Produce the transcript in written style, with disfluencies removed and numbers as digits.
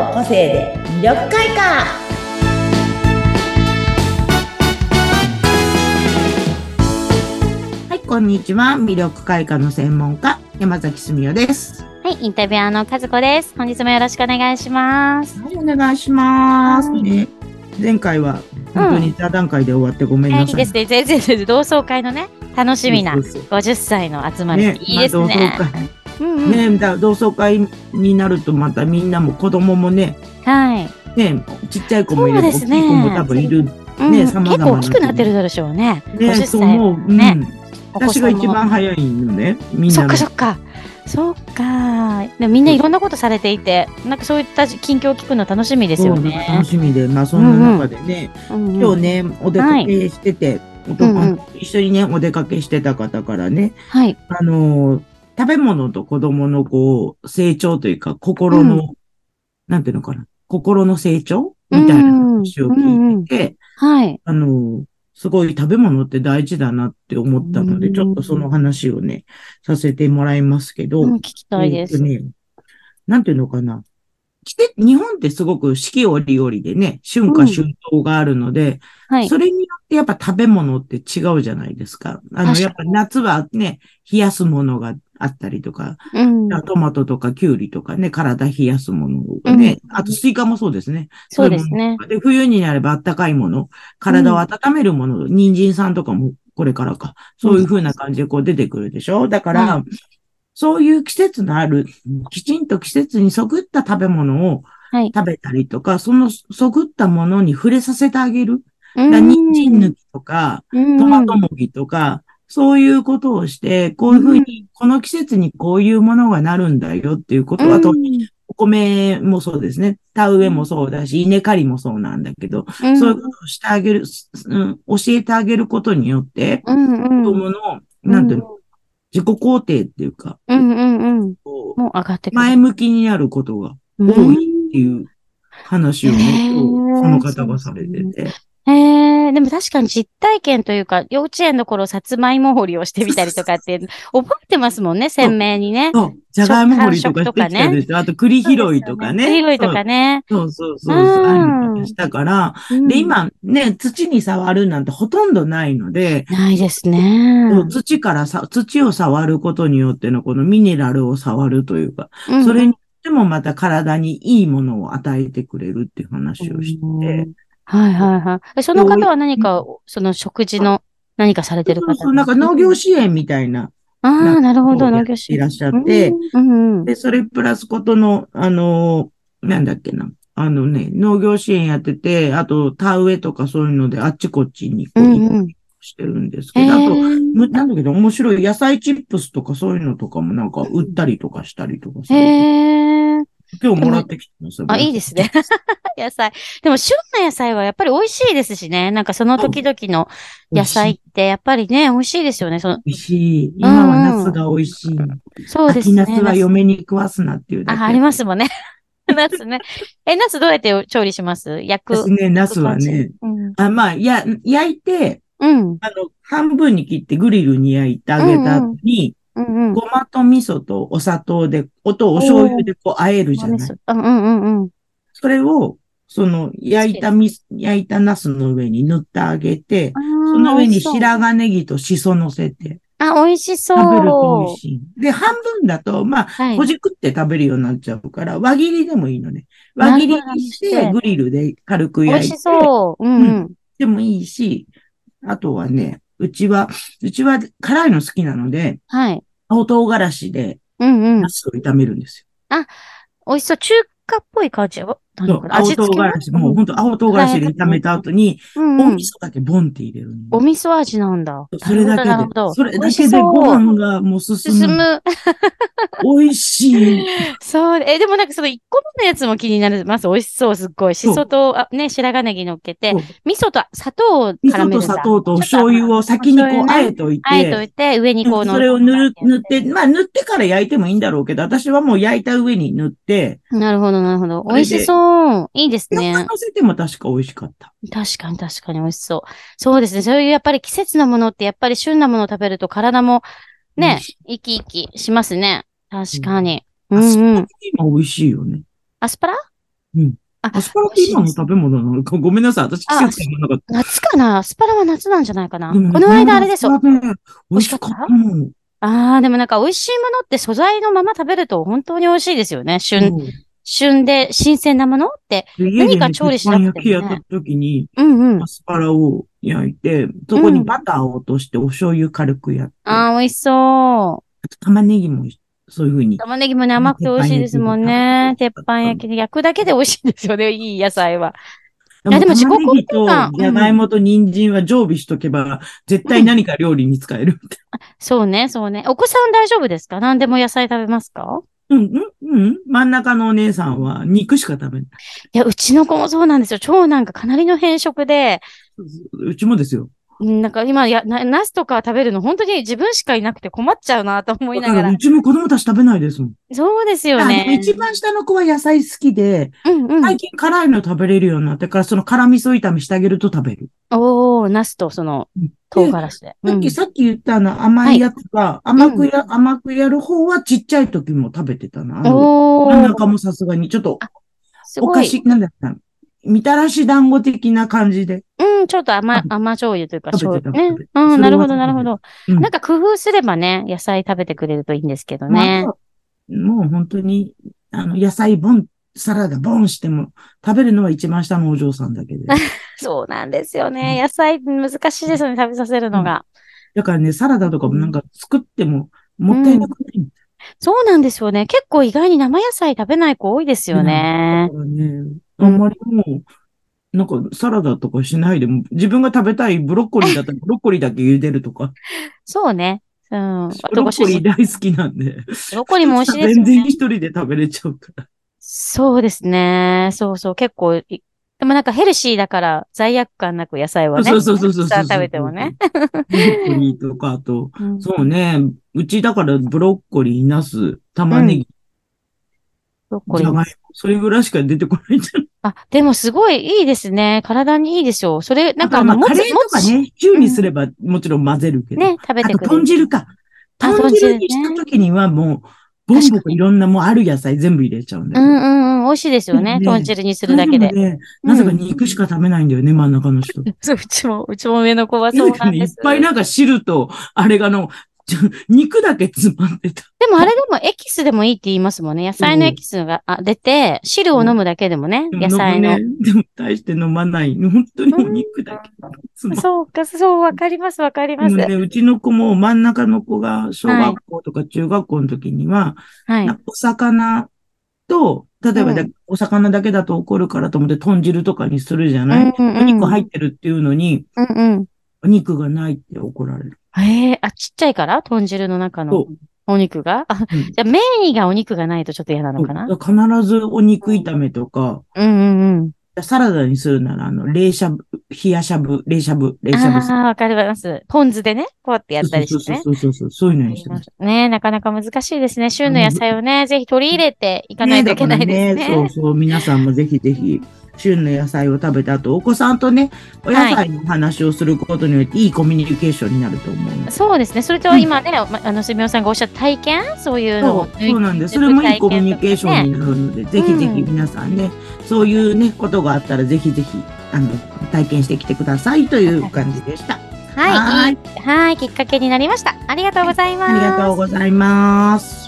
の個性で魅力開花。はい、こんにちは。魅力開花の専門家、山崎澄代です。 はい、インタビュアーの和子です。本日もよろしくお願いします。 はい、お願いします。ね、前回は本当に座談会で終わってごめんなさい。 いいですね。全然同窓会のね、楽しみな50歳の集まり、ね、いいですね。 同窓会になるとまたみんなも子供もね、 はい。 ね、ちっちゃい子もいる、大きい子も多分いる。ね、 結構大きくなってるでしょうね。50歳のね。私が一番早いのね、みんなの。 そっか。でみんないろんなことされていて、なんかそういった近況を聞くの楽しみですよね。 楽しみで、まあそんな中でね、今日ね、お出かけしてて、一緒にね、お出かけしてた方からね、 はい。 食べ物と子供のこう、成長というか、心の、なんていうのかな、心の成長みたいな話を聞いてて、 はい。 すごい食べ物って大事だなって思ったので、ちょっとその話をね、させてもらいますけど、 聞きたいです。 なんていうのかな。日本ってすごく四季折々でね、春夏秋冬があるので、それによってやっぱ食べ物って違うじゃないですか。やっぱ夏はね、冷やすものがあったりとか、トマトとかキュウリとかね、体冷やすものがね、あとスイカもそうですね。 そうですね。 で、冬になれば暖かいもの、体を温めるもの、人参さんとかもこれからか、そういう風な感じでこう出てくるでしょ。だから、そういう季節のある、きちんと季節にそぐった食べ物を食べたりとか、そのそぐったものに触れさせてあげる。人参抜きとか、トマトもぎとか、そういうことをして、こういうふうに、この季節にこういうものがなるんだよっていうことは、お米もそうですね。田植えもそうだし、稲刈りもそうなんだけど、そういうことをしてあげる、教えてあげることによって、子供の、なんていうの、自己肯定っていうか、 もう上がってくる。 前向きになることが多いっていう話をね、今日その方がされてて。 でも確かに実体験というか、幼稚園の頃、さつまいも掘りをしてみたりとかって、覚えてますもんね、鮮明にね。 そう、じゃがいも掘りとかしてきたでしょ。あと栗拾いとかね。 栗拾いとかね。 そう。ああいうのしたから。で、今ね、土に触るなんてほとんどないので。 ないですね。 土を触ることによってのこのミネラルを触るというか、それによってもまた体にいいものを与えてくれるっていう話をして。 はい。その方は何か、その食事の何かされてる方そう、なんか農業支援みたいな。 なるほど、 農業支援。いらっしゃって、で、それプラスことの、なんだっけな。農業支援やってて、あと、田植えとかそういうので、あっちこっちにこう、してるんですけど、あと、なんだけど、面白い野菜チップスとかそういうのとかもなんか売ったりとかしたりとかされて。今日もらってきてますよ。 いいですね。野菜。でも、旬の野菜はやっぱり美味しいですしね。なんかその時々の野菜ってやっぱりね、美味しいですよね。 美味しい。今は夏が美味しい。 そうですね。 秋夏は嫁に食わすなっていうだけ。 ありますもんね。夏ね。夏どうやって調理します焼く？ 夏はね。焼いて、半分に切ってグリルに焼いてあげた後に、ごまと味噌とお砂糖で、お醤油でこう、和えるじゃない。それを、焼いたナスの上に塗ってあげて、その上に白髪ネギとシソ乗せて。 美味しそう。 食べると美味しい。で、半分だと、ほじくって食べるようになっちゃうから、輪切りでもいいのね。輪切りにして、グリルで軽く焼いて。 美味しそう。 でもいいし、あとはね、うちは辛いの好きなので、青唐辛子で、ナスを炒めるんですよ。美味しそう。中華っぽい感じよ。 青唐辛子、もう本当青唐辛子で炒めた後に、お味噌だけボンって入れる。 お味噌味なんだ。 それだけで、それだけでご飯がもう進む。美味しい。 そう。でもなんかその1個目のやつも気になります。美味しそう、すっごい。しそと、白髪ネギ乗っけて、味噌と砂糖を絡めるんだ。 味噌と砂糖と醤油を先にこう、あえといて、 上にこうそれを塗って、塗ってから焼いてもいいんだろうけど、私はもう焼いた上に塗って、 なるほど。美味しそう。いいですね。 乗せても確か美味しかった。 確かに美味しそう。そうですね。そういうやっぱり季節のものってやっぱり旬なものを食べると体もね、生き生きしますね。確かに。 アスパラも美味しいよね。 アスパラうん。 あ、 アスパラっ美て今の味しいです。 食べ物なのかごめんなさい。私季あ、 節がなかった。 夏かなアスパラは夏なんじゃないかな。 でもね、 このこの間ア間あれですよ。 スパラね、美美味味しかっしかった。 たもん。 ああー、でもなんか美味しいものって素材のまま食べると本当に美味しいですよね。 そう。 旬で新鮮なものってで、家何かでね、鉄板調理しなくて焼きやったもね。 時に、 うんうん。 アスパラを焼いて、そこにうん。 バターを落としてお醤油軽くやって、 ああ、美味しそう。 あと玉ねぎもそういう風に、 玉ねぎもね、甘くて美味鉄板しいですもん焼きで食べて美ね。 味し鉄かったの。 板焼きで焼くだけで美味しいんですよね。いい野菜は。いや、 でもでも自己肯玉ねぎ定感。 とじゃうんうん。 がいもと人参は常備しとけば、絶対うん。 何か料理に使える。 そうね、そうね。お子さん大丈夫ですか？何でも野菜食べますか？ うん、うん、うん。真ん中のお姉さんは肉しか食べない。 いや、うちの子もそうなんですよ。長男がかなりの偏食で、 うちもですよ。 なんか今ナスとか食べるの本当に自分しかいなくて困っちゃうなと思いだから、 ながら。 うちも子供たち食べないですもん。 そうですよあ、でもね。 一番下の子は野菜好きで、 うんうん。 最近辛いの食べれるようになってから、その辛味噌炒めしてあげると食べる。 おー、ナスとその唐で、 辛子で。うん。 さっき言った甘はい。 いやつが、 うん。 甘くやる方はちっちゃい時も食べてたな。真んおー。 中もさすがに、ちょっと、 あ、すごい。 お菓子、なんだったのみたらし団子的な感じでうん、ちょっと食べ甘醤油というか食べてた、 ね。 食べてた。 うん、 それなるほど、なは食べてた。 るほど。 うん。 なんか工夫すればね、野菜食べてくれるといいんですけどまあ、あとね。 は、もう本当に、野菜ボン、サラダボンしても、食べるのは一番下のお嬢さんだけで。 そうなんですよね。 うん。 野菜難しいですよね、食べさせるうん。 のが。 だからね、サラダとかもなんうん。 か作ってももったいなうん。 くない。 そうなんですよね。結構意外に生野菜食べない子多いですよでない。だかね。 らね、 うん。 あんまりもう、なんかサラダとかしないでも、自分が食べたいブロッコリーだったらブロッコリーだけ茹でるとか。 そうね。うん。あブロッコとご主人。 リー大好きなんで、 ブロッコリー一つはも美味しいですよね。 全然一人で食べれちゃうから。 そうですね。そうそう。結構でもなんかヘルシーだから罪悪感なく野菜はね。 そうそうそうそうさあ食そうそうそうそう。 べてもね。 ブロッコリーとか、あと、 うん。 そうね、うちだからブロッコリー、ナス、 うん。 玉ねぎ、 ブロッコリーです。 じゃがいも、それぐらいしか出てこないんじゃない？ あ、でもすごいいいですね。体にいいですよ。それ、なんあとはまあ、カレーとかね、シチューうん。 にすればもちろん混ぜるけど、 ね、食べあとてくれる。 豚汁か。 あ、 豚豚汁にした汁ね。 時にはもう、ボン確かに。 ボコいろんなもうある野菜全部入れちゃうんだうんけど。 うんうん。美味しいですよね。豚でもね、 汁にすそれるだけで。 でもね、なぜかうん。 肉しか食べないんだよね、真ん中の人。 そう、うちも上の子はそうなぜかね、 なんです。 いっぱいなんか汁と、あれが肉だけ詰まってた。 でもあれでもエキスでもいいって言いますもんね。野菜のエそう。 キスが出て、汁をそう飲むだけでもね、 でも野菜の。 飲むね。でも大して飲まない。本当にお肉だけ詰まっそうか、そう、わかります、わかります。 でもね、うちの子も真ん中の子が小はい、 学校とか中学校の時には、 はい。 なんかお魚と、例えばうん、 お魚だけだと怒るからと思って豚汁とかにするじゃうん、 ない？お肉うん、 入ってるっていうのに、 うん、うん。 お肉がないって怒られる。 ちっちゃいから豚汁の中のそお肉がう。うん。 じゃあメインがお肉がないとちょっと嫌なのそう。 かな？ だから必ずお肉炒めとか、 うん、うん、うん。 サラダにするなら、冷しゃぶ、冷やしゃぶ、冷しゃぶする。 ああ、わかります。ポン酢でね、こうやってやったそうそうそうりしてね。 そうそうそう、そういうのあにしてます。 りますね。なかなか難しいですね。旬の野あの菜をね、ぜひ取り入れていかなね、だいといけないですからね、そうね。 そう、皆さんもぜひぜひ、旬の野菜を食べた後、お子さんとね、お野はい。 菜の話をすることによって、いいコミュニケーションになると思うので。 そうですね。それとうん。 今ね、すみおさんがおっしゃった体験そういうのをそうなんです。それ抜くもいいコミュ体験とニケーションかね。 になるので、ぜうひぜひん。 皆さんね、そういうね、ことがあったら、ぜひぜひ、体験してきてくださいという感じでした。 はい。 はーい。 はい。きっかけになりました。ありがとうございありがとうます。 ございます。